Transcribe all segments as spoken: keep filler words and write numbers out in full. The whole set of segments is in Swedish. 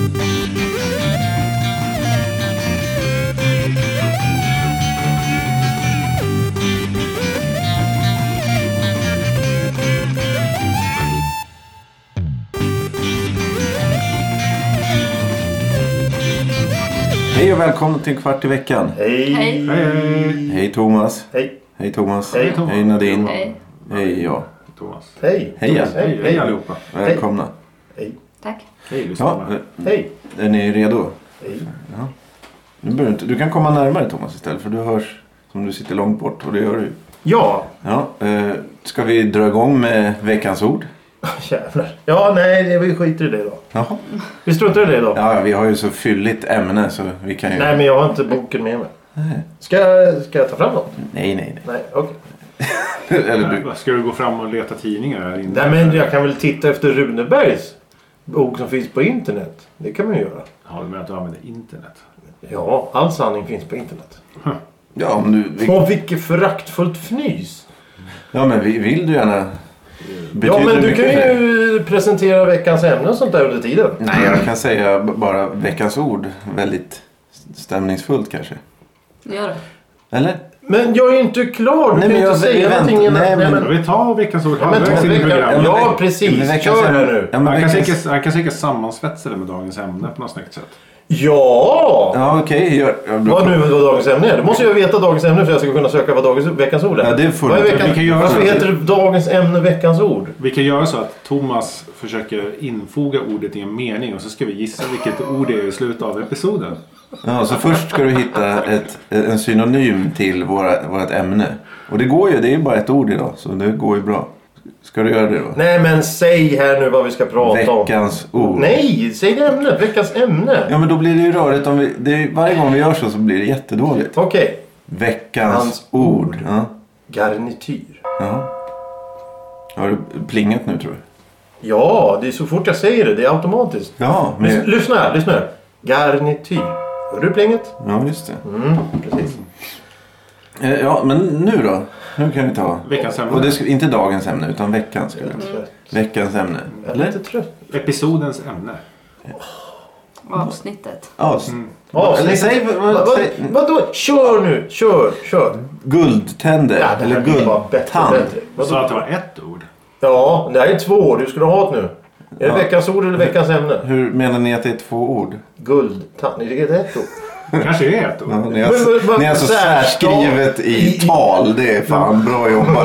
Hej och välkommen till Kvart i veckan. Hej. Hej. Hej. Hej Thomas. Hej. Hej Thomas. Hej, Thomas. Hej Nadine. Hej. Hej jag. Thomas. Hej. Hej. Thomas. Hej, hej allihopa. Välkomna. Hej. Tack. Hej lyssnarna. Ja, Hej. är ni redo? Hej. Ja. Nu behöver du, inte, du kan komma närmare Thomas istället för du hörs som du sitter långt bort och det gör du. Ja. Ja, eh, ska vi dra igång med veckans ord? Jävlar. Ja, nej, vi skiter i det då. Jaha. Vi struntar i det då. Ja, vi har ju så fylligt ämne så vi kan ju... Nej, men jag har inte boken med mig. Nej, Ska jag, ska jag ta fram något? nej, nej. Nej, okej. Eller du... Ska du gå fram och leta tidningar här inne? Nej, men jag kan väl titta efter Runebergs bok som finns på internet. Det kan man ju göra. Ja, du menar att du använder internet? Ja, all sanning finns på internet. Ja, om du... Vi... Åh, vilket föraktfullt fnys. Ja, men vi, vill du gärna... Betyder Ja, men du mycket kan för dig? ju presentera veckans ämne och sånt där under tiden. Nej, jag kan säga b- bara veckans ord. Väldigt stämningsfullt kanske. Gör det. Eller? Men jag är inte klar. Du Nej, kan men inte jag- säga vänta. någonting innan. Nej, men- Vi tar veckans ord Ja, men ta halvvägs in i veckan. programmet. Ja, men- precis. men veckans Kör här ämne- nu. Ja, men Han kan, veckans... säkert, han kan säkert sammansvetsa det med dagens ämne på något snyggt sätt. Ja! Ja, okej. Okay, gör... Vad nu vad dagens ämne är? Då måste jag veta dagens ämne för att jag ska kunna söka vad dagens, veckans ord är. Ja, det får vad är du inte. veckans, Vi kan göra varför så. heter det dagens ämne veckans ord? Vi kan göra så att Thomas försöker infoga ordet i en mening och så ska vi gissa vilket ord det är i slutet av episoden. Ja, så först ska du hitta ett, en synonym till våra, vårt ämne. Och det går ju, det är ju bara ett ord idag. Så det går ju bra. Ska du göra det då? Nej, men säg här nu vad vi ska prata om. Veckans ord. Nej, säg ämnet. Veckans ämne. Ja, men då blir det ju rörigt om vi... Det är, varje gång vi gör så så blir det jättedåligt. Okej. Veckans Hans ord. ord. Ja. Garnityr. Ja. Har du plingat nu tror du? Ja, det är så fort jag säger det. Det är automatiskt. Ja, Lys- men... Lyssna här, lyssna här. Garnityr. Hör du plinget? Ja, just det. Mm, precis. Eh, Ja, men nu då? Nu kan vi ta... Veckans ämne. Och det ska, inte dagens ämne, utan veckans. Skulle jag. Trött. Veckans ämne. Jag är Eller? lite trött. Episodens ämne. Avsnittet. Ja, s- Avsnittet. Eller säg... vad- Vad, säg vadå? Kör nu, kör, kör. guldtänder. Ja, det här eller blir bara bättre och guldtand. bättre. Du sa Vadå? att det var ett ord. Ja, det här är två ord. Du skulle ha ett nu. Är Ja. det veckans ord eller veckans ämne? Hur menar ni att det är två ord? Guldtand. Det är ett ord. Det kanske är ett ord. Ja, ni Men- har, men- men- ni har så särstav- särskrivet i i- tal. Det är fan bra jobbat.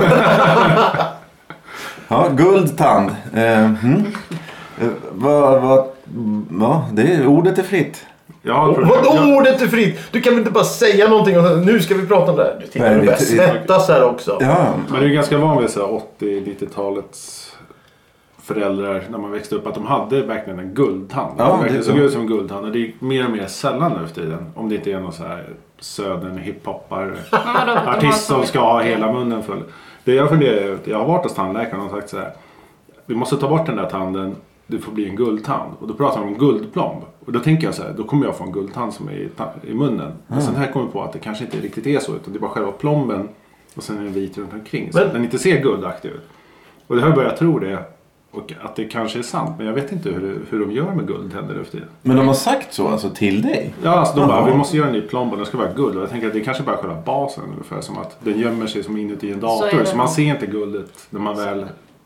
Ja, guldtand. Eh, mm. eh, vad, vad, ja, det är, ordet är fritt. Jag har ett Vadå problem. ordet är fritt? Du kan väl inte bara säga någonting och så, nu ska vi prata om det här. Du tittar, Nej, du det- börjar det- svettas här också. Ja, Men du är ganska van vid så här åttio-nittiotalets föräldrar när man växte upp att de hade verkligen en guldtand. Ja, Ja, det verkligen det- såg ut som en guldtand. Och det är mer och mer sällan nu för tiden. Om det inte är någon så här södern hiphoppar Ja, då, de har artist som kommit ska ha mycket. hela munnen full. Det jag funderar är, jag har varit hos tandläkaren och sagt så här: vi måste ta bort den där tanden, det får bli en guldtand. Och då pratar de om guldplomb. Och då tänker jag så här, då kommer jag få en guldtand som är i, ta- i munnen. Men sen här kommer jag på att det kanske inte riktigt är så, utan det är bara själva plomben och sen är den vit runt omkring. Så Men- att den inte ser guldaktig ut. Och det har jag börjat tro det. Och att det kanske är sant. Men jag vet inte hur, det, hur de gör med guldtänder nu för tiden. men de har sagt så alltså till dig? Ja, alltså de bara, Jaha. vi måste göra en ny plomb och den ska vara guld. Och jag tänker att det kanske bara är själva basen ungefär. Som att den gömmer sig som inuti en Så är dator. det Så, man nog. ser inte guldet när man väl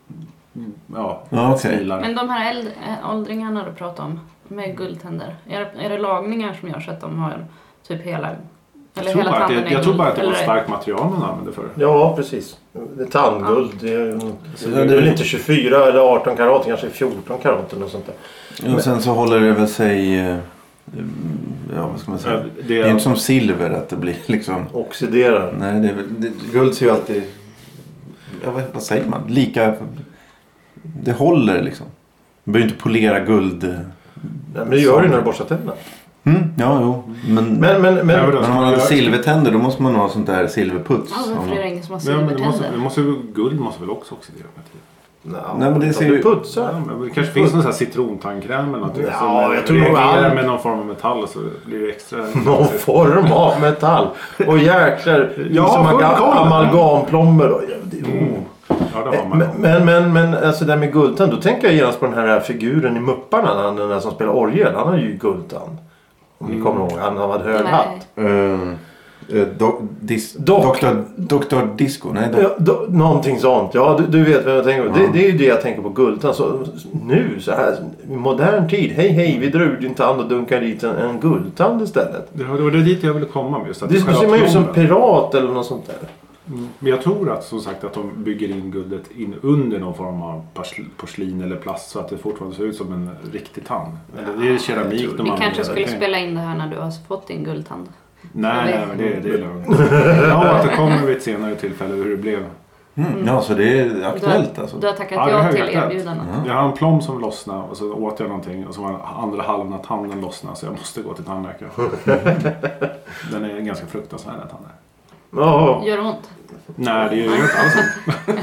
ja, Ja, okej. smilar. Men de här äldre, äh, åldringarna du pratar om med guldtänder. Är det, är det lagningar som gör så att de har typ hela... Eller Jag tror, hela bara att tanden det, är jag tror guld, bara att det var eller- starkt material man använde förr. Ja, precis. Det är tandguld. Det är, Så det är det- väl inte tjugofyra eller arton karat, kanske fjorton karat eller något sånt där. Och sen så håller det väl sig... eh, Ja, vad ska man säga? Det, Det är inte som silver att det blir liksom... Oxiderar. Nej, det är, väl- det, guld ser ju alltid... Ja, vad, vad säger man? Lika... Det håller liksom. Man behöver inte polera guld. Nej, men det gör du när du borstar tänderna. Mm, ja, jo. Men, men, Men, men, men, Ja, men då- om man har silvertänder då måste man ha sånt där silverputs. Ja, Om varför är det man- ingen som har Ja, men det måste, silvertänder? det måste, guld måste väl också oxidera med tiden. no, Nej, men det ser ju- putsar. Ja, men det kanske finns någon sån här citrontandkräm eller något. Ja, som jag tror nog reagerar all- med någon form av metall så blir det extra... Någon form av metall. Och jäklar. Ja, som full aga- koll. amalgamplomber då. Ja, det, oh. Ja, det har man. Men, men, men, men alltså det där med guldtand, då tänker jag genast på den här figuren i Mupparna, han, den där som spelar orgel, han har ju guldtand. Om ni Mm. kommer ihåg, han har hög Nej. hatt. Uh, uh, do, dis, Dock- doktor, doktor Disco. Nej, do, Ja, då, någonting sånt. Ja, du, du vet vad jag tänker på. Ja. Det, det är ju det jag tänker på guldtand. Så, nu så här i modern tid. Hej hej, vi drar ur din tand och dunkar dit en, en guldtand istället. Det var det var dit jag ville komma med. Just att Det själva ser man ju som plomben. pirat eller något sånt där. Mm. Men jag tror att som sagt att de bygger in guldet in under någon form av porsl- porslin eller plast så att det fortfarande ser ut som en riktig tand. Eller det är keramik de Vi kanske använder. skulle Det- spela in det här när du har fått din guldtand. Nej, Eller? nej, men det, det är lugnt. Ja, att det kommer vid ett senare tillfälle hur det blev. mm, ja, så det är aktuellt du, har, alltså. du har tackat Ja, det är ja till högaktuellt. erbjudandet. Jag har en plomb som lossnade och så åt jag någonting och så var den andra halvan av tanden lossnade så jag måste gå till tandläkaren. Den är ganska fruktansvärd den tanden. Ja, Gör ont? Nej, det gör ju inte alls ont.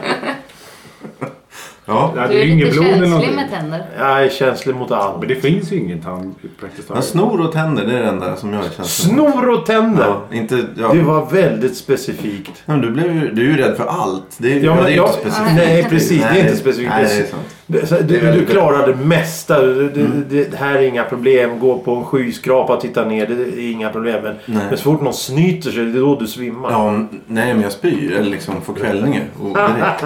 Ja. Nej, Du det är är inget lite blod eller känslig någonting. med tänder. jag är känslig mot allt. Men det finns ju ingen tand praktiskt Ja, taget. snor och tänder, det är det enda som jag känner. Snor och tänder. Ja, inte, ja. Det var väldigt specifikt. Men du, blev ju, du är ju rädd för allt. Det är, Ja, men det är jag, inte specifikt. nej, precis. Det är Nej, inte specifikt. Nej, det är sant. Det- så Det är Du, du väldigt- klarar det mesta. Det, det, Mm. det här är inga problem. Gå på en skyskrapa och titta ner. Det är inga problem. Men, Nej. men så fort någon snyter sig, det är då du svimmar. Ja, m- nej, men jag spyr eller liksom får kvällningar. Och direkt.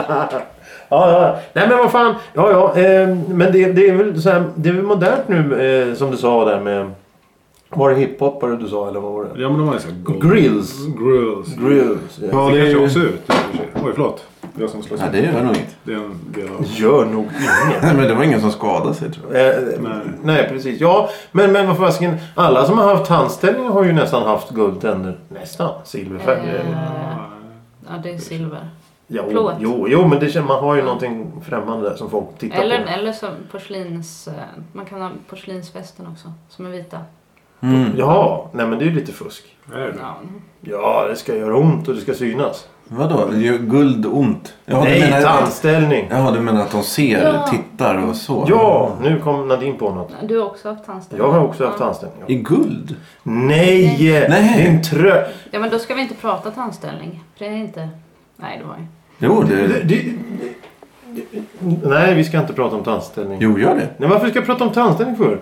Ja, ja. Nej men vad fan. Ja, ja. Eh, men det, det är väl så här, det är väl modernt nu eh, som du sa där med... Var det hiphopare du sa eller vad var det? Ja, men de har ju så här gold. Grills. Grills. Grills. Ja. Ja, Det det är kanske ju... också ut. i och för sig. Oj, förlåt. Jag som slår Nej, det gör nog inget. Det är en del av... Gör nog inget. Nej, men det var ingen som skadade sig tror jag. Eh, Nej. nej precis. Ja, men, men vad fasken. Alla som har haft tandställningar har ju nästan haft guldtänder. Nästan. Silverfärg. Eh, Ja, det är silver. Jo, plåt. jo, jo, men det, känns- man har ju någonting främmande som folk tittar Eller, på. eller som porslins... eh, Man kan ha porslinsvästen också, som är vita. Mm. Jaha, nej men det är ju lite fusk. Är det? Ja. Ja, det ska göra ont och det ska synas. Vadå? Det gör guld ont? Jaha, nej, du menar, tandställning. Jaha, du menar att de ser, Ja. tittar och så? Ja, nu kom Nadine på något. Du har också haft tandställning. Jag har också haft Ja. tandställning. I guld? Nej! Nej. Din trö... Ja, men då ska vi inte prata tandställning. För det är inte... Nej, det var ju... Jo, det... Det- det- det- Nej, vi ska inte prata om tandställning. Jo, gör det. Nej, varför ska jag prata om tandställning för?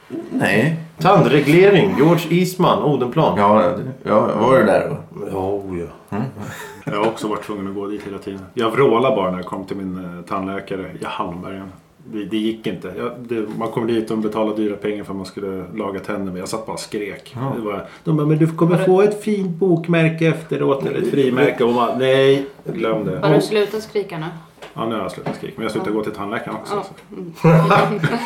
Nej. Tandreglering, George Eastman, Odenplan. Ja, det- ja var det där då? Oh, ja. Jag har också varit tvungen att gå dit hela tiden. Jag vrålade bara när jag kom till min eh, tandläkare i Hallbergen. Det, det gick inte. Jag, det, man kom dit och betalade dyra pengar för att man skulle laga tänder. Men jag satt bara och skrek. Ja. Det var, de bara, men du kommer få ett fint bokmärke efteråt. Eller ett frimärke. Och man, nej, glöm det. Har du slutat skrika nu? Ja, nu har jag slutat skrika. Men jag slutade gå till tandläkaren också. Ja.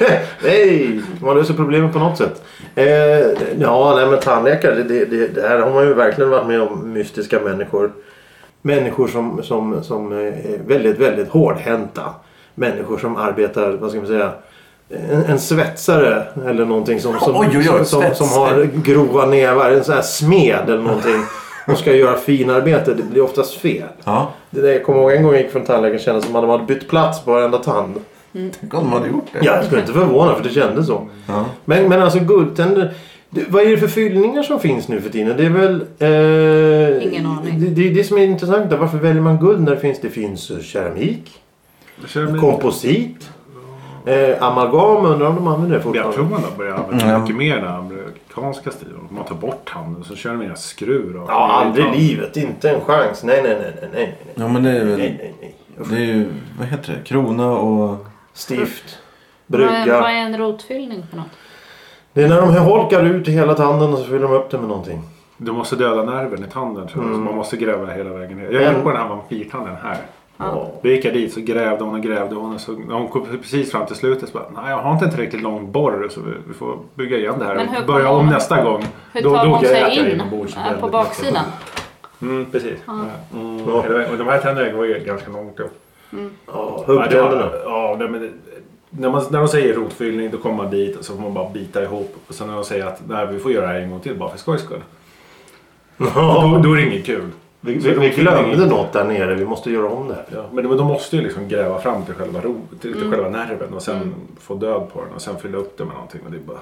Hej! Man löser problemet på något sätt. Eh, ja, nej men tandläkare, det, det, det, det här har man ju verkligen varit med om mystiska människor. Människor som, som, som är väldigt, väldigt hårdhänta. Människor som arbetar, vad ska man säga, en, en svetsare eller någonting som, som, Oj, oj, oj, som, som, som svetsare. har grova nävar, en sån här smed eller någonting. Och ska göra finarbete, det blir oftast fel. Ja. Det där, jag kommer ihåg en gång jag gick från tandläkaren, kändes som att de hade bytt plats på varenda tand. Tänk om de hade gjort det. Ja, jag skulle inte förvåna för det kändes så. Ja. Men, men alltså guldtänder. det- Vad är det för fyllningar som finns nu för tiden? Det är väl... Eh, Ingen aning. Det, det är det som är intressant. Varför väljer man guld när det finns? Det finns eh, keramik, Keramik. komposit, eh, amalgam. Undrar om de använder det Jag tror fortfarande. man har börjat använda Mm. mycket mer den amerikanska stilen. Man tar bort handen och så kör de med skrur. Och Ja, aldrig i livet. Inte en chans. Nej, nej, nej, nej, nej. Ja, men det är väl... Nej, nej, nej. Det är ju, vad heter det? Krona och... Stift. Vad är, vad Brygga. är en rotfyllning för något? Det är när de holkar ut i hela tanden och så fyller de upp det med någonting. Du måste döda nerven i tanden tror jag. Mm. Så man måste gräva hela vägen ner. Jag Men- gick på den här vampyrtanden här. Ja. Då gick jag dit så grävde hon och grävde hon. Och så, när hon kom precis fram till slutet så bara, nej jag har inte en tillräckligt lång borr så vi, vi får bygga igen det här. Men hur och börja kommer om hon- nästa gång. Hur Då- tar då hon grät sig jag in inombords äh, väldigt på mycket. baksidan? Mm, precis. Ja. Mm. Ja. Och de här tänderna går ju ganska långt upp. Ja, Ja, det huggtänderna. var- Ja, det- men det- när, man, när de säger rotfyllning då kommer man dit och så får man bara bita ihop. Och sen när de säger att nej, vi får göra det här en gång till bara för skojs skull. Då, då är det inget kul. Vi, vi, vi glömde något där nere. Vi måste göra om det här. Ja, men de, de måste ju liksom gräva fram till själva, ro, till, till Mm. själva nerven och sen Mm. få död på den och sen fylla upp det med någonting. Och det, är bara,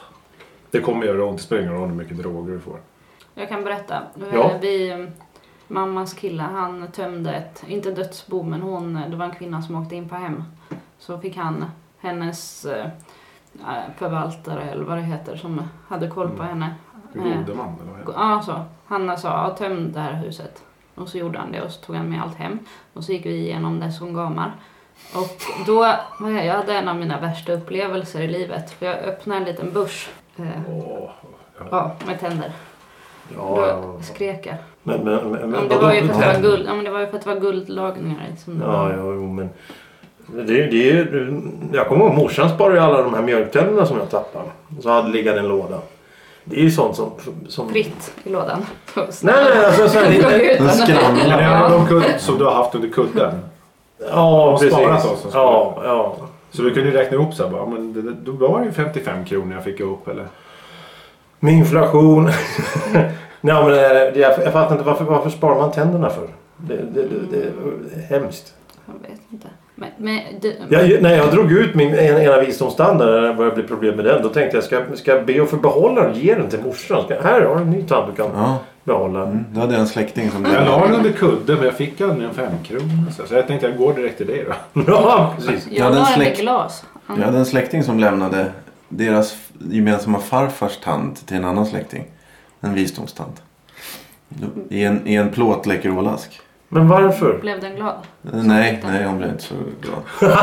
det kommer göra ont, det spelar ingen roll hur mycket droger du får. Jag kan berätta. Ja. Vi, mammas kille, han tömde ett, inte dödsbo, men hon, det var en kvinna som åkte in på hem. Så fick han hennes eh, förvaltare eller vad det heter som hade koll på henne. Gode man eller vad heter det? Ja, så. Han sa, ja, töm det här huset. Och så gjorde han det och så tog han med allt hem. Och så gick vi igenom det som gamar. Och då, jag hade en av mina värsta upplevelser i livet. För jag öppnade en liten börs. Eh, Åh, ja. ja, med tänder. Ja, Då ja. skrek jag. Men, men, men, men, Ja, det var ju för att det var guld, ja, men det var ju för att det var guldlagningar i. Som det Ja, var. ja, jo, men det, det är, jag kommer ihåg morsan sparade ju alla de här mjölktänderna som jag tappade. Så hade liggande i en låda. Det är ju sånt som... som... Fritt i lådan. Nej, nej, alltså så här, det, Den skramlar. Men det är de kudd som du har haft under kudden. ja, Och precis. sparat oss som Ja, ja. Så du kunde ju räkna ihop så här, bara, men det, då var det ju femtiofem kronor jag fick ihop eller? Med inflation. Nej, men det, jag, jag fattar inte varför, varför sparar man tänderna för? Det, det, det, det är hemskt. Jag vet inte. Men, men, det, Jag, när jag drog ut min en, ena visdomstanden när det började bli problem med den. Då tänkte jag, ska, ska jag be att få behålla den? Ge den till morsan. Ska, här har du en ny tand du kan Ja. behålla. Mm, då hade jag en släkting som... Jag la den under kudden men jag fick aldrig en femkrona. Så jag tänkte jag går direkt till dig då. Ja, precis. jag hade en la den i släkt- glas. Han, Jag hade en släkting som lämnade deras gemensamma farfars tand till en annan släkting. En visdomstand. I en, i en plåt Läkerolask. Men varför? Blev den glad? Nej, nej, hon blev inte så glad.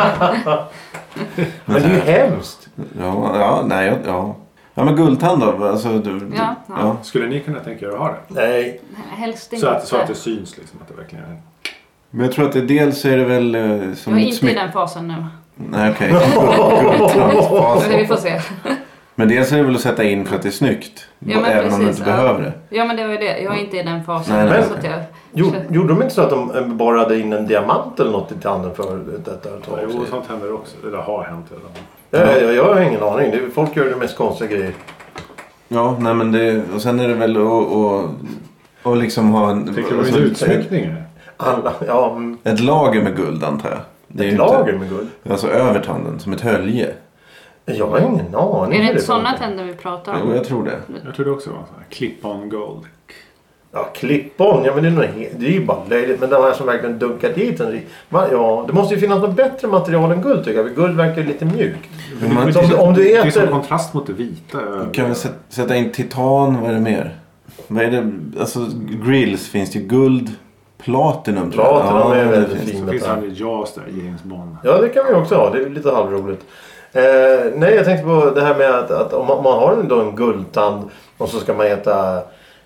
Men det är ju hemskt. Ja, ja, nej, ja, ja. Ja, men guldtand då? Alltså, du, du, Ja, ja. ja. Skulle ni kunna tänka er att ha det? Nej. Helst inte. Så att, så att det syns liksom att det verkligen är. Men jag tror att det dels är det väl eh, som Jag är ett inte i smyck- den fasen nu. Nej, okej. Guldtandsfas. Men vi får se. Men dels är det väl att sätta in för att det är snyggt. Ja, men även om du precis, inte ja. behöver det. Ja, men det var ju det. Jag är inte i den fasen. Nej, nej. Så att jag, Gjorde, gjorde de inte så att de borrade in en diamant eller något i tanden för detta? Ja, jo, sånt händer också. Eller har hänt redan. Ja, jag, jag har ingen aning. Det är, folk gör det mest konstiga grejer. Ja, nej men det... Och sen är det väl att... att och liksom ha en... Tänker du alltså, på utsmyckningar? Alla, ja, mm, ett lager med guld antar jag. Det är ett ju lager inte, med guld. alltså över tanden, som ett hölje. Jag har ingen aning. är det hur inte sådana funkar. tänder vi pratar om? Jo, jag tror det. Jag tror det också var så här. Clip-on gold. Ja, clip-on. Ja, men det är, nog he- det är ju bara löjligt. Men de här som verkligen dunkar dit en ri- Va, ja, det måste ju finnas något bättre material än guld tycker jag. Guld verkar ju lite mjukt. Men man- Så om, om du Det är som äter... kontrast mot det vita. Du kan väl sätta, sätta in titan, vad är det mer? Vad är det? Alltså grills finns det ju guld, platinum tror jag. Platinum är det väldigt finns fin. Så finns han i Jaws där, James Bond. Ja, det kan vi också ha. Det är lite halvroligt. Eh, nej, jag tänkte på det här med att, att om man, man har en, då en guldtand och så ska man äta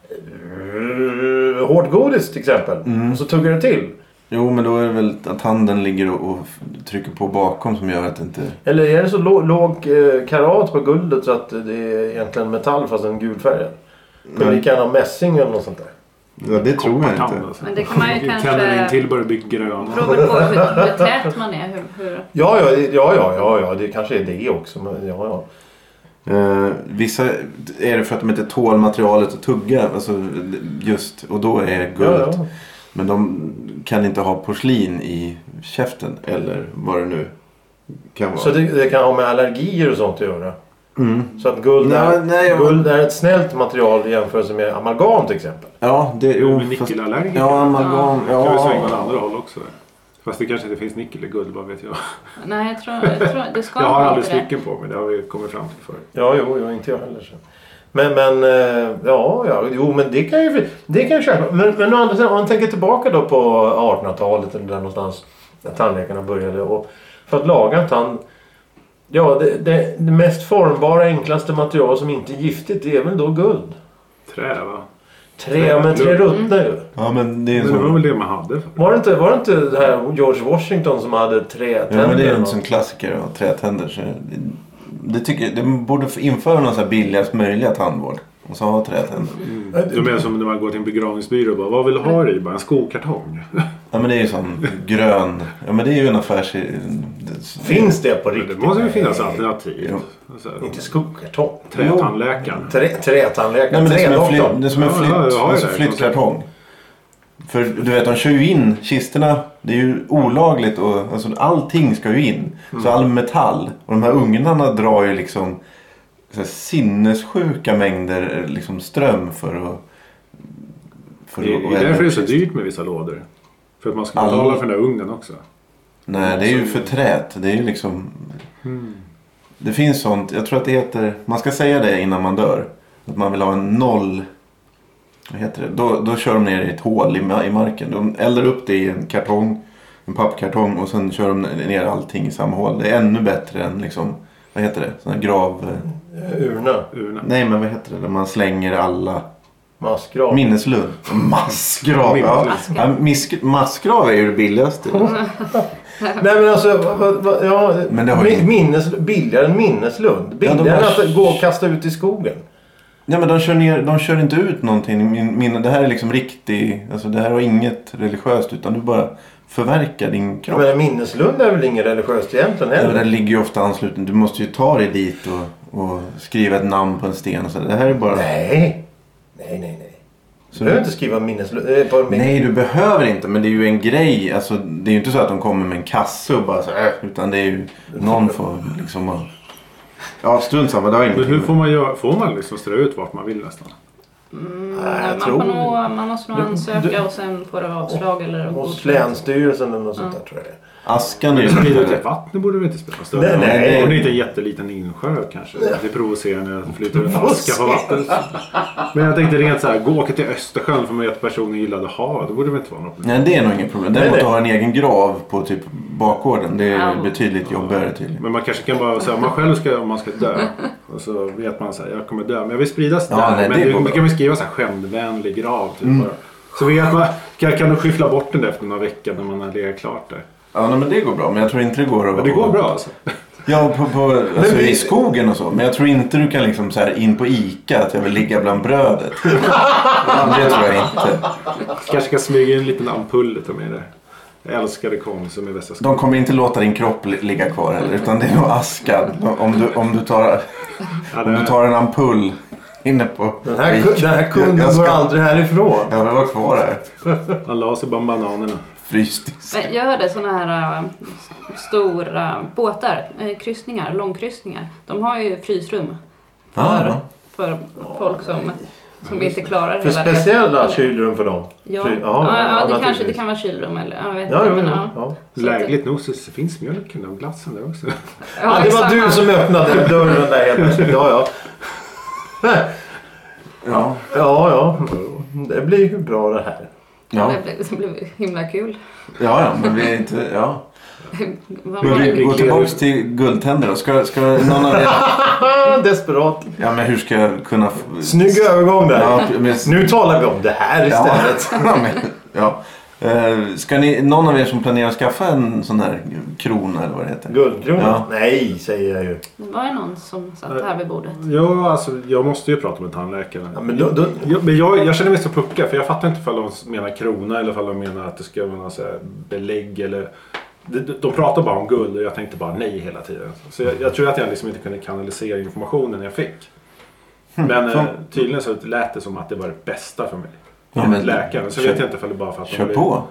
uh, hårt godis till exempel. Mm. Och så tuggar det till. Jo, men då är det väl att handen ligger och, och trycker på bakom som gör att det inte... Eller är det så lå- låg eh, karat på guldet så att det är egentligen metall fast en gulfärgad? Men Nej. vi kan ha mässing eller något sånt där. Ja, det tror jag Koppartand, inte. alltså. Men det kan man ju kanske- Tänder in till börjar bli grön. Beror väl på hur, hur tät man är. Hur, hur... Ja, ja, ja, ja, ja, ja, det kanske är det också. Men ja, ja. Eh, vissa är det för att de inte tål materialet att tugga. Alltså, just, och då är guld. Ja, ja. Men de kan inte ha porslin i käften. Eller vad det nu kan vara. Så det, det kan ha med allergier och sånt att göra. Mm. Så att guld, Nej, är, nej, jag- guld är ett snällt material i jämförelse med amalgam till exempel. Ja, det Jo, jo, med fast, nickelallergiker. ja, amalgam. Kan vi svänga åt Ja. andra håll också. Fast det kanske inte finns nickel i guld, vad vet jag. Nej, jag tror, jag tror det ska Jag har vara aldrig inte det. smycken på mig, det har vi kommit fram till förut. Ja, jo, jo inte jag heller. Så. Men, men, eh, ja, ja, jo, men det kan ju, det kan ju köpa. Men, men å andra sidan, om man tänker tillbaka då på artonhundratalet eller där någonstans när tandläkarna började. Och för att laga en tand, ja, det, det, det mest formbara, enklaste material som inte är giftigt, det är väl då guld. Trä, va? Trä, men trä ruttnar ju. Ja, men det är en Men det var sån... väl det man hade förut. Var det inte, var det, inte det här George Washington som hade trätänder? Ja, men det är eller en något? sån klassiker av trätänder. Så det, det tycker jag, det borde införa någon så här billigast möjliga tandvård. Och så ha trätänder. Mm. Du menar som när man går till en begravningsbyrå och bara, vad vill du ha i? Bara en skokartong. Ja, men det är ju sån grön... Ja, men det är ju en affärs... Det, Finns det på Det riktigt? måste ju finnas alternativ. Jo. Så här, Inte skokartong. Trätandläkaren. Trä, trätandläkaren. Nej, men det är som en, fly, Trädoktorn. det är som en Ja, flytt, ja, jag har alltså det. flyttkartong. För du vet, de kör ju in kisterna. Det är ju olagligt och alltså, allting ska ju in. Så all metall. Och de här ugnarna drar ju liksom så här, sinnessjuka mängder liksom, ström för att För Det, att- det och är elda därför det är upp så kist. dyrt med vissa lådor. För att man ska Alla- betala för den där ugnen också. Nej, det är ju för trät. Det är ju liksom... Mm. Det finns sånt, jag tror att det heter... Man ska säga det innan man dör. Att man vill ha en noll... Vad heter det? Då, då kör de ner i ett hål i, ma- i marken. De eldar upp det i en kartong. En pappkartong. Och sen kör de ner allting i samma hål. Det är ännu bättre än liksom... Vad heter det? Sån här grav... Urna. Urna. Nej, men vad heter det? Där man slänger alla... Massgrav. Minneslund. Massgrav. Ja. Ja, misk- massgrav är ju det billigaste. Nej men alltså, vad, vad, ja, Men det har ju- mi- minnes, billigare än minneslund. Billigare Ja, de har- än att gå och kasta ut i skogen. Ja, men de kör, ner, de kör inte ut någonting. Min, min, det här är liksom riktig... Alltså det här har inget religiöst utan du bara förverkar din Ja, kropp. men minneslund är väl inget religiöst egentligen Ja, heller? det ligger ju ofta ansluten. Du måste ju ta dig dit och, och skriva ett namn på en sten. Och så. Det här är bara... Nej. Nej, nej, nej. Så Du behöver inte skriva minneslund. eh, på min... Nej, du behöver inte. Men det är ju en grej. Alltså, det är ju inte så att de kommer med en kasse och bara så här. Utan det är ju... Någon får liksom... Ja, strunt samma. Det har Men ingenting. hur får man göra? Får man liksom strö ut vart man vill nästan? Mm, Nej, jag man, tror- får nog, man måste nog Du- ansöka du- och sen får det avslag eller Hos godkänt. Länsstyrelsen eller något sånt där tror jag det är. Askan är Men ju... sprida ut i vattnet borde väl inte spela större Nej, roll? nej. Om det inte är en jätteliten insjö kanske. Det är provocerande att flyta ut aska på vattnet. Men jag tänkte rent så här, gå åka till Östersjön för man vet att personen gillade hav. Det borde väl inte vara något problem. Nej, det är nog inget problem. Nej, Däremot nej. att ha en egen grav på typ bakgården. Det är Ja. betydligt jobbigare tydligen. Men man kanske kan bara säga om man själv ska, om man ska dö. Och så vet man så här, jag kommer dö. Men jag vill spridas Ja, där. nej, men det du går bra. kan väl skriva så här skämdvänlig grav. Typ, bara. Så vet man, kan, kan du skyffla bort den där efter några veckor när man har legat klart där. Ja, nej, men det går bra. Men jag tror inte det går att... Men det går bra alltså. Ja, på, på, alltså vi- i skogen och så. Men jag tror inte du kan liksom så här in på Ica att jag vill ligga bland brödet. Ja, det tror jag inte. Kanske ska smyga in en liten ampull lite med det. Jag älskade Konsum i Västra De kommer inte låta din kropp li- ligga kvar heller. Utan det är nog askad. Om du, om du, tar, Ja, om du det, tar en ampull inne på Den här, ku- den här kunden Jag- jag går ska- aldrig härifrån. Jag vill vara kvar här. han la sig bland bananerna. Men Frysdisk. jag hörde sådana här äh, stora båtar, äh, kryssningar, långkryssningar. De har ju frysrum för, Ja, för folk som, som inte klarar För hela speciella resan. kylrum för dem. Ja, Fry- ja, ja, det kanske naturligtvis. det kan vara kylrum eller jag vet Ja, inte. ja, men, ja, ja. ja. Så att- Lägligt nog så finns mjölken och glassen där också. Ja, det var exakt. du som öppnade dörren där helt plötsligt. Ja, ja. ja. Ja, ja. Det blir ju bra det här. Ja, Det blev, det blev himla kul. ja, ja, men vi är inte... Ja. Vad Men var vi det? går tillbaka till guldtänder då. Ska, ska någon av er... Desperat. Ja, men hur ska jag kunna... f- Snygg övergång där. Ja, men... Nu talar vi om det här istället. Ja, men, ja. Eh, ska ni, någon av er som planerar att skaffa en sån här krona eller vad det heter? Guldkrona? Ja. Nej, säger jag ju. Det var ju någon som satt här vid bordet. Ja, alltså jag måste ju prata med tandläkaren. Ja, men då, då, Ja, men jag, jag känner mig så puckad för jag fattar inte ifall de menar krona eller ifall de menar att det ska vara någon så här belägg eller... De, de, de pratar bara om guld och jag tänkte bara nej hela tiden. Så jag, jag tror att jag liksom inte kunde kanalisera informationen jag fick. Men eh, tydligen så lät det som att det var det bästa för mig. Ja, Enligt men- läkaren. Så kör- vet jag inte ifall det bara för att de Kör vill- på.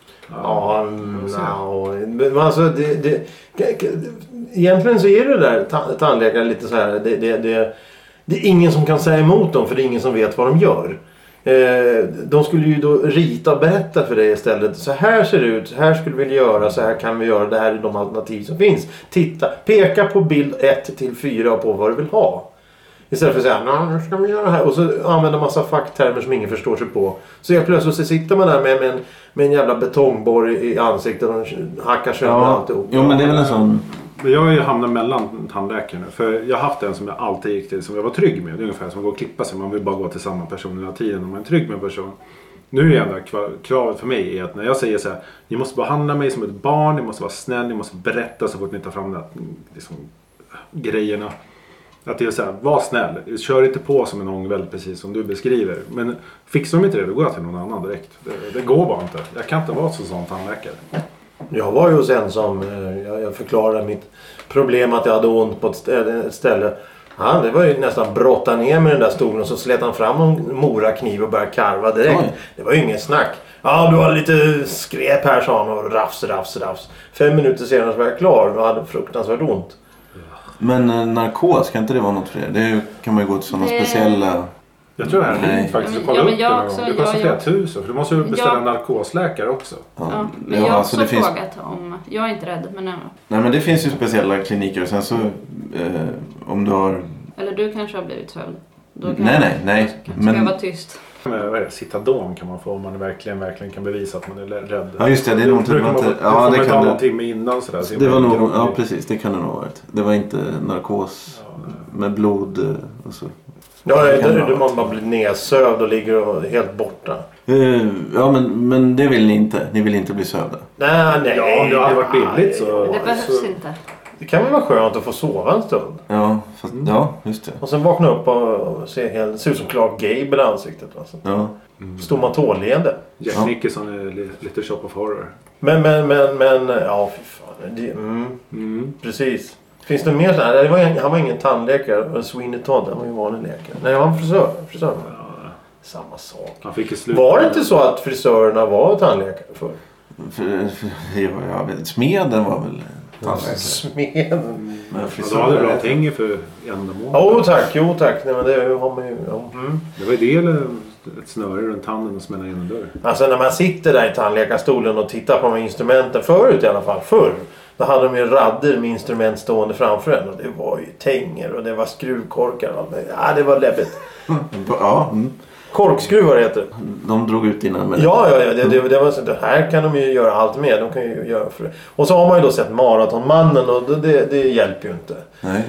ja, no. Men alltså det, det, egentligen så är det där ta- tandläkare lite så här. Det, det, det, det är ingen som kan säga emot dem för det är ingen som vet vad de gör. Eh, de skulle ju då rita och berätta för dig istället. Så här ser det ut, så här skulle vi vilja göra, så här kan vi göra. Det här är de alternativ som finns. Titta, peka på bild ett till fyra på vad du vill ha. Istället för att säga, "Nå, nu ska vi göra det här." Och så använda massa facktermer som ingen förstår sig på. Så helt plötsligt så sitter man där med, med, en, med en jävla betongborr i i ansiktet och hackar sönder Ja. alltihop. Jo, men det är väl en sån... Men jag har ju hamnat mellan tandläkare nu. För jag har haft en som jag alltid gick till som jag var trygg med. Det är ungefär som att gå och klippa sig. Man vill bara gå till samma person hela tiden om man är trygg med en person. Nu är enda kravet för mig är att när jag säger så här: ni måste behandla mig som ett barn, ni måste vara snäll, ni måste berätta så fort ni tar fram de här, liksom, grejerna. Att det är så här, var snäll. Kör inte på som en ångväld precis som du beskriver. Men fixar de inte det, då går jag till någon annan direkt. Det, det går bara inte. Jag kan inte vara så sån tandläkare. Jag var ju hos en som, eh, jag, jag förklarade mitt problem att jag hade ont på ett ställe. Ett ställe. Han, det var ju nästan brotta ner med den där stolen och så slet han fram en morakniv och började karva direkt. Oj. Det var ju ingen snack. Ja, du har lite skräp här, sa han, och rafs, rafs, rafs. Fem minuter senare så var jag klar och hade fruktansvärt ont. Men eh, narkos, kan inte det vara något för er? Det kan man ju gå till sådana Det- speciella... Jag tror det här är Nej. nytt faktiskt att Ja, kolla men upp jag det någon också, gång. Det kostar jag- flera jag- tusen. För du måste ju beställa Ja. en narkosläkare också. Ja, Ja, men jag ja, har så också det finns, frågat om... Jag är inte rädd, men... nej men det finns ju speciella kliniker och sen så eh, om du har... Eller du kanske har blivit sövd. Då kan Nej, jag, nej, nej, Ska men- jag vara tyst? Men vad är det? Citadon kan man få om man verkligen, verkligen kan bevisa att man är rädd. Ja just det, det är någonting brukar man man få, inte... ja, Ja, det det kan kan någon det, timme innan sådär. Så det var man nog... inte Ja rolig. precis, det kan det nog ha varit. Det var inte narkos med blod eh, och så. Ja, Det det kan är vara. då man bara blir nedsövd och ligger och helt borta. Eh, ja men, men det vill ni inte. Ni vill inte bli sövda. Nej, nej. Ja, om det hade varit billigt så... Det behövs så inte. Det kan väl vara skönt att få sova en stund. Ja, fast, ja just det. Och sen vakna upp och se, helt, se ut som Clark Gable i ansiktet. Alltså. Ja. Stomatolleende. Jack Ja. Nicholson är li- lite shop of horror. Men, men, men, men, ja fy fan. Det, mm, Mm. precis. Finns det mer sådär? Det var, en- han var ingen tandläkare. Och Sweeney Todd, han var ju en vanlig läkare. Nej, han var frisör. frisör. Ja, Samma sak. han fick ju slut. Var det inte så att frisörerna var tandläkare förr? För, för, jag vet, smeden var väl tandläkare. Smeden. Men Ja, frisör- då hade bra pengar för ändamål. Jo tack, jo tack. Nej, men det har man ju... Ja. Mm. Det var ju det eller ett snöre runt handen och smälla in en dörr. Alltså när man sitter där i tandläkarstolen och tittar på de här instrumenten förut i alla fall, förr. Då hade de ju radder med instrument stående framför en. Och det var ju tänger och det var skruvkorkar och allt möjligt. Ja, det var läbbigt. Ja, mm. Korkskruvar heter det. De drog ut innan med Ja, ja, ja. Det, det, det var så, det här kan de ju göra allt med. De kan ju göra för det. Och så har man ju då sett Maratonmannen och det, det, det hjälper ju inte. Nej.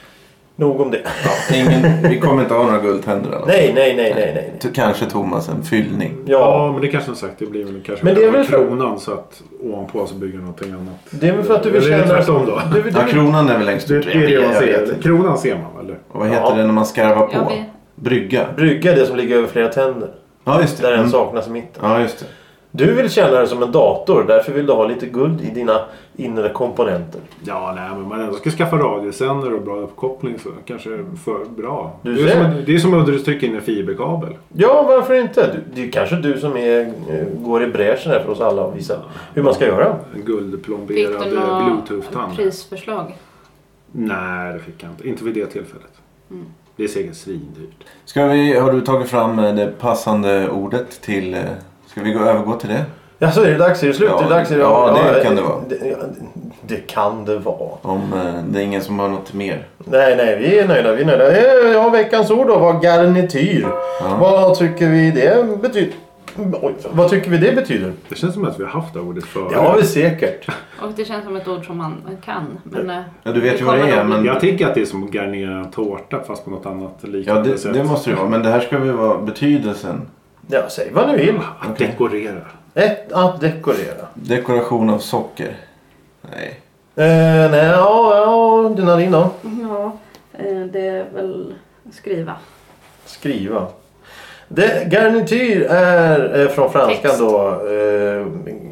Nog om det. Ingen, vi kommer inte ha några guldtänder eller? Nej, nej, nej, nej, nej. T- Kanske Thomas en fyllning. Ja, Ja, men det kanske som sagt det blir väl kanske Men det är väl för- kronan så att ovanpå så bygger någonting annat. det är väl för att du vill Eller är det känna... tvärtom då? Du, du, Ja, kronan är väl längst Det, ut. det är det man Jag vet ser. inte. Kronan ser man eller? Och vad heter Ja. det när man skarvar på? Jag vet. Brygga. brygga det som ligger över flera tänder. Ja, just det. Där en Mm. saknas i mitten. Ja, just det. Du vill känna dig som en dator. Därför vill du ha lite guld i dina inre komponenter. Ja, nej, men man ändå ska skaffa radiosändare och bra uppkoppling så kanske för bra. Du det, är ser. som, det är som att trycka in en fiberkabel. Ja, varför inte? Du, det är kanske du som är, eh, går i bräschen här för oss alla och visar hur man ska göra. En Fick guldplomberad du några bluetooth-tand. prisförslag? Nej, det fick jag inte. Inte vid det tillfället. Mm. Det är säkert svindyrt. Ska vi, har du tagit fram eh, det passande ordet till... eh, Ska vi gå övergå till det? Ja, så är det dags. Är det slut? Ja, är det dags? Är det, ja, det kan det vara. Det, ja, det kan det vara. Om eh, det är ingen som har något mer. Nej, nej, vi är nöjda. Vi är nöjda. Eh, Ja, veckans ord då var garnityr. Ja. Vad tycker vi det betyder? Oj, vad tycker vi det betyder? Det känns som att vi har haft det ordet förut. Det har vi säkert. Och det känns som ett ord som man kan. Men, eh, Ja, du vet det ju vad det kommer är, nog bli- men... Jag tänker att det är som att garnera en tårta fast på något annat Ja, liknande det, sätt. det måste det vara. Men det här ska väl vara betydelsen. Ja, säg vad ni vill. Att Okej. dekorera. Ett, att dekorera. Dekoration av socker. Nej. Eh, nej, ja, ja, dina din då. Ja, eh, det är väl skriva. Skriva. Det, garnityr är eh, från franskan Text. då. Eh,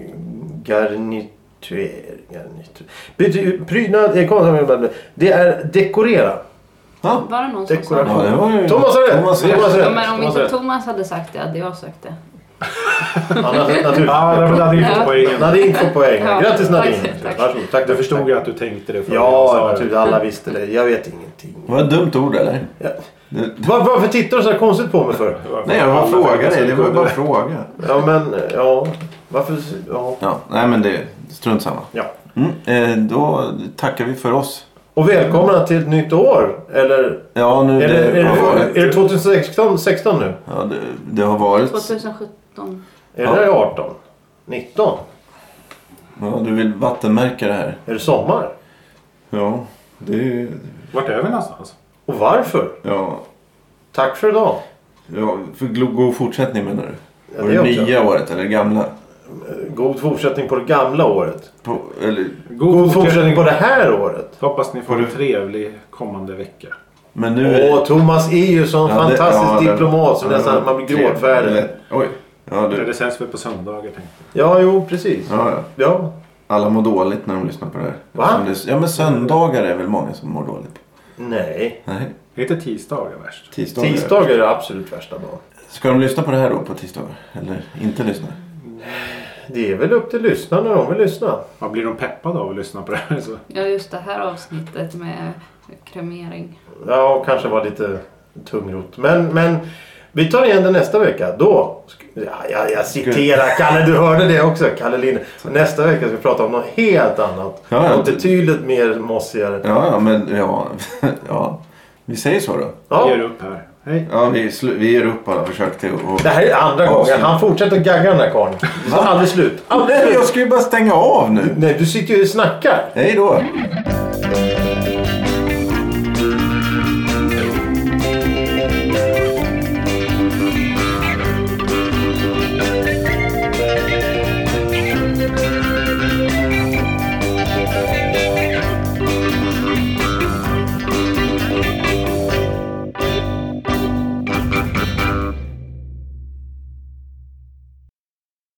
garnityr. garnityr. Bety, prydnad. eh, konst- Det är dekorera. Ja, Var det någon som sa Dekoration. det? ja det var ju... Thomas har rätt. Thomas har Thomas har rätt. Ja, rätt. men om Thomas har inte rätt. Thomas hade sagt det hade jag sagt det. Ja, nat- naturligt. Ja, det var Nadine får poängen. Nadine får poäng. Ja, Grattis Nadine. tack, tack. Varsågod. Tack, Jag förstod ju att du tänkte det förut. Ja, naturligt. Alla visste det. Jag vet ingenting. Det var ett dumt ord eller? Ja. Det, Var, varför tittar du så här konstigt på mig för? nej, jag bara frågar dig. Det var bara en fråga. Ja, men ja. Varför? Ja. Ja, nej men det är strunt samma. ja. Mm, eh, då tackar vi för oss. Och välkomna till ett nytt år. Eller Ja, nu är det, är har det, varit, är det tjugohundrasexton sexton nu? ja, det, det har varit... tjugosjutton. Är Ja. det arton? nitton? Ja, du vill vattenmärka det här. Är det sommar? Ja, det är... Vart är vi någonstans? Och varför? Ja, Tack för idag. ja för glo- god fortsättning menar du? Ja, Var det det också. nya året eller det gamla? God fortsättning på det gamla året. På, eller, God fortsättning på det här året. Hoppas ni får Får en du- trevlig kommande vecka. men nu... Åh, Thomas är ju sån Ja, det- fantastisk ja, det- diplomat som ja, nästan man blir trevligt. gråtfärdig. Eller- Oj. Ja, Det, du, det sänds väl på söndagar tänkte Ja, jo, precis. ja, ja. Ja. Alla mår dåligt när de lyssnar på det här. Va? Eftersom det, ja men söndagar är väl många som mår dåligt. Nej. Nej, jag. Är inte tisdagar värst? tisdagar. Tisdagar är det absolut värsta dagen. Ska de lyssna på det här då på tisdagar? Eller inte lyssna? Det är väl upp till lyssnarna om de vill lyssna. Ja, blir de peppade av att lyssna på det här? Så. Ja, just det här avsnittet med kremering. Ja, och kanske var lite tungrot. Men, men Vi tar igen det nästa vecka. Då, ja, jag, jag citerar Kalle, du hörde det också, Kalle Linde. Nästa vecka ska vi prata om något helt annat. Ja, ja, något betydligt mer mossigare. Ja, ja, men ja, ja. Vi säger så då. Ja. Vi ger upp här. Hej. Ja, vi, slu- vi ger upp alla försök till att... Det här är andra Ja, gången. så- Han fortsätter att gagga den där karln. Det tar aldrig slut. Aldrig Nej, slut. jag ska ju bara stänga av nu. Nej, du sitter ju och snackar. Hej då.